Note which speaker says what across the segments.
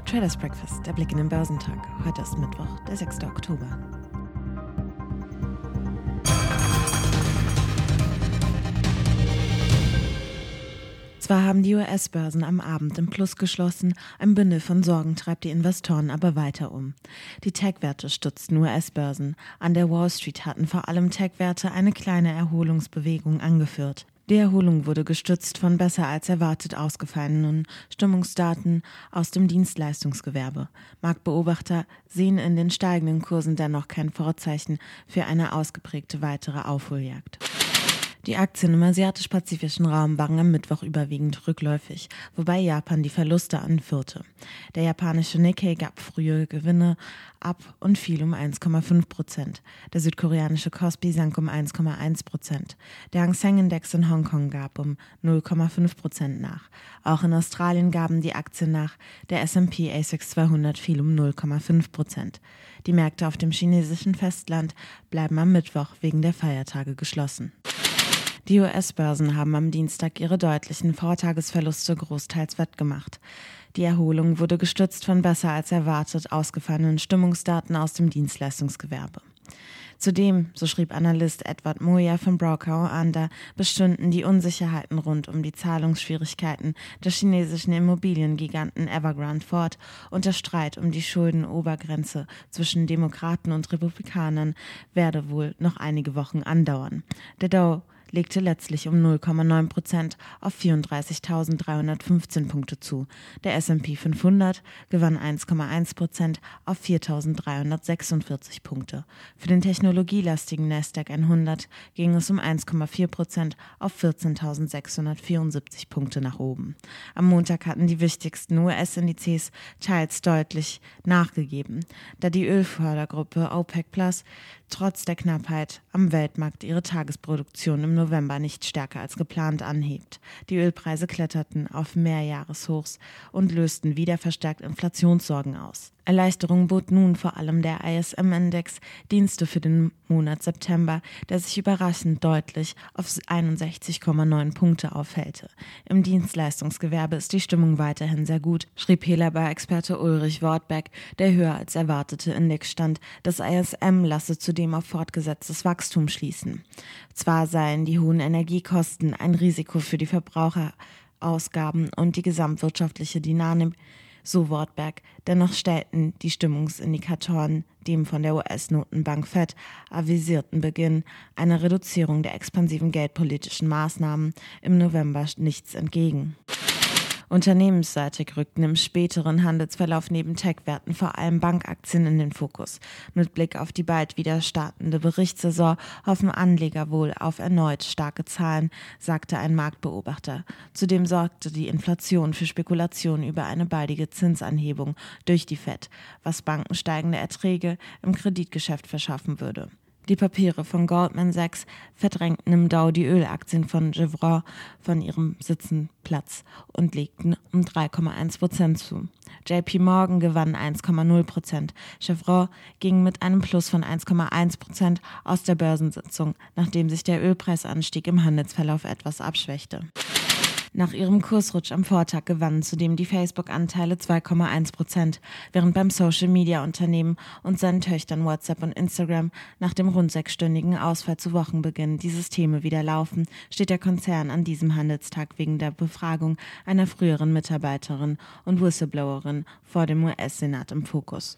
Speaker 1: Traders Breakfast, der Blick in den Börsentag. Heute ist Mittwoch, der 6. Oktober. Zwar haben die US-Börsen am Abend im Plus geschlossen, ein Bündel von Sorgen treibt die Investoren aber weiter um. Die Tech-Werte stützten US-Börsen. An der Wall Street hatten vor allem Tech-Werte eine kleine Erholungsbewegung angeführt. Die Erholung wurde gestützt von besser als erwartet ausgefallenen Stimmungsdaten aus dem Dienstleistungsgewerbe. Marktbeobachter sehen in den steigenden Kursen dennoch kein Vorzeichen für eine ausgeprägte weitere Aufholjagd. Die Aktien im asiatisch-pazifischen Raum waren am Mittwoch überwiegend rückläufig, wobei Japan die Verluste anführte. Der japanische Nikkei gab frühe Gewinne ab und fiel um 1,5%. Der südkoreanische Kospi sank um 1,1%. Der Hang Seng Index in Hongkong gab um 0,5% nach. Auch in Australien gaben die Aktien nach. Der S&P ASX 200 fiel um 0,5%. Die Märkte auf dem chinesischen Festland bleiben am Mittwoch wegen der Feiertage geschlossen. Die US-Börsen haben am Dienstag ihre deutlichen Vortagesverluste großteils wettgemacht. Die Erholung wurde gestützt von besser als erwartet ausgefallenen Stimmungsdaten aus dem Dienstleistungsgewerbe. Zudem, so schrieb Analyst Edward Moyer von Broker Under, bestünden die Unsicherheiten rund um die Zahlungsschwierigkeiten des chinesischen Immobiliengiganten Evergrande fort und der Streit um die Schuldenobergrenze zwischen Demokraten und Republikanern werde wohl noch einige Wochen andauern. Der Dow legte letztlich um 0,9% auf 34.315 Punkte zu. Der S&P 500 gewann 1,1% auf 4.346 Punkte. Für den technologielastigen Nasdaq 100 ging es um 1,4% auf 14.674 Punkte nach oben. Am Montag hatten die wichtigsten US-Indizes teils deutlich nachgegeben, da die Ölfördergruppe OPEC Plus trotz der Knappheit am Weltmarkt ihre Tagesproduktion im November nicht stärker als geplant anhebt. Die Ölpreise kletterten auf Mehrjahreshochs und lösten wieder verstärkt Inflationssorgen aus. Erleichterung bot nun vor allem der ISM-Index Dienste für den Monat September, der sich überraschend deutlich auf 61,9 Punkte aufhellte. Im Dienstleistungsgewerbe ist die Stimmung weiterhin sehr gut, schrieb Helaba-Experte Ulrich Wortbeck, der höher als erwartete Index stand. Das ISM lasse zudem auf fortgesetztes Wachstum schließen. Zwar seien die hohen Energiekosten ein Risiko für die Verbraucherausgaben und die gesamtwirtschaftliche Dynamik, so Wortberg, dennoch stellten die Stimmungsindikatoren dem von der US-Notenbank Fed avisierten Beginn einer Reduzierung der expansiven geldpolitischen Maßnahmen im November nichts entgegen. Unternehmensseitig rückten im späteren Handelsverlauf neben Tech-Werten vor allem Bankaktien in den Fokus. Mit Blick auf die bald wieder startende Berichtssaison hoffen Anleger wohl auf erneut starke Zahlen, sagte ein Marktbeobachter. Zudem sorgte die Inflation für Spekulationen über eine baldige Zinsanhebung durch die Fed, was Banken steigende Erträge im Kreditgeschäft verschaffen würde. Die Papiere von Goldman Sachs verdrängten im Dow die Ölaktien von Chevron von ihrem Sitzenplatz und legten um 3,1% zu. JP Morgan gewann 1,0%. Chevron ging mit einem Plus von 1,1% aus der Börsensitzung, nachdem sich der Ölpreisanstieg im Handelsverlauf etwas abschwächte. Nach ihrem Kursrutsch am Vortag gewannen zudem die Facebook-Anteile 2,1%, während beim Social-Media-Unternehmen und seinen Töchtern WhatsApp und Instagram nach dem rund 6-stündigen Ausfall zu Wochenbeginn die Systeme wieder laufen, steht der Konzern an diesem Handelstag wegen der Befragung einer früheren Mitarbeiterin und Whistleblowerin vor dem US-Senat im Fokus.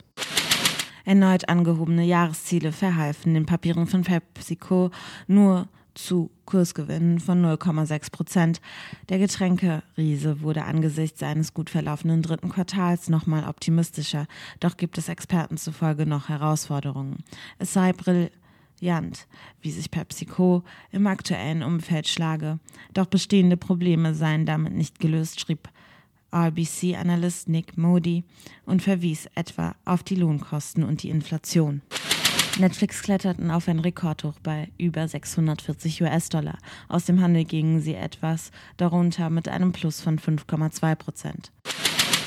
Speaker 1: Erneut angehobene Jahresziele verhalfen den Papieren von PepsiCo nur zu Kursgewinnen von 0,6%. Der Getränkeriese wurde angesichts seines gut verlaufenden dritten Quartals nochmal optimistischer, doch gibt es Experten zufolge noch Herausforderungen. Es sei brillant, wie sich PepsiCo im aktuellen Umfeld schlage, doch bestehende Probleme seien damit nicht gelöst, schrieb RBC-Analyst Nick Modi und verwies etwa auf die Lohnkosten und die Inflation. Netflix kletterten auf ein Rekordhoch bei über 640 US-Dollar. Aus dem Handel gingen sie etwas darunter mit einem Plus von 5,2%.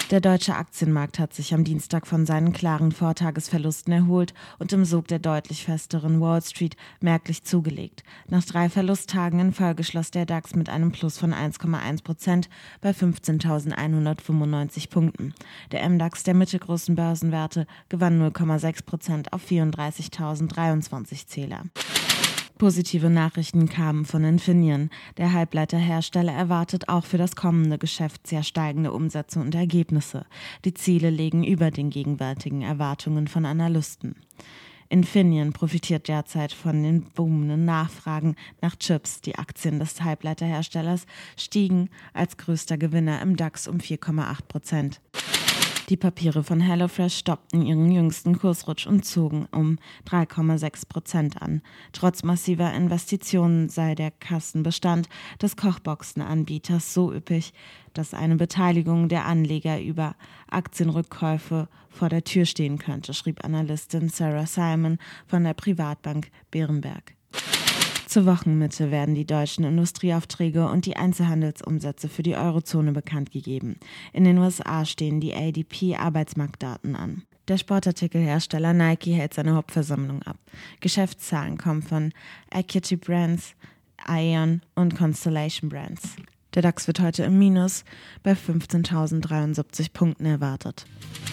Speaker 1: Der deutsche Aktienmarkt hat sich am Dienstag von seinen klaren Vortagesverlusten erholt und im Sog der deutlich festeren Wall Street merklich zugelegt. Nach 3 Verlusttagen in Folge schloss der DAX mit einem Plus von 1,1% bei 15.195 Punkten. Der MDAX der mittelgroßen Börsenwerte gewann 0,6% auf 34.023 Zähler. Positive Nachrichten kamen von Infineon. Der Halbleiterhersteller erwartet auch für das kommende Geschäftsjahr steigende Umsätze und Ergebnisse. Die Ziele liegen über den gegenwärtigen Erwartungen von Analysten. Infineon profitiert derzeit von den boomenden Nachfragen nach Chips. Die Aktien des Halbleiterherstellers stiegen als größter Gewinner im DAX um 4,8%. Die Papiere von HelloFresh stoppten ihren jüngsten Kursrutsch und zogen um 3,6% an. Trotz massiver Investitionen sei der Kassenbestand des Kochboxenanbieters so üppig, dass eine Beteiligung der Anleger über Aktienrückkäufe vor der Tür stehen könnte, schrieb Analystin Sarah Simon von der Privatbank Berenberg. Zur Wochenmitte werden die deutschen Industrieaufträge und die Einzelhandelsumsätze für die Eurozone bekannt gegeben. In den USA stehen die ADP-Arbeitsmarktdaten an. Der Sportartikelhersteller Nike hält seine Hauptversammlung ab. Geschäftszahlen kommen von Equity Brands, Aeon und Constellation Brands. Der DAX wird heute im Minus bei 15.073 Punkten erwartet.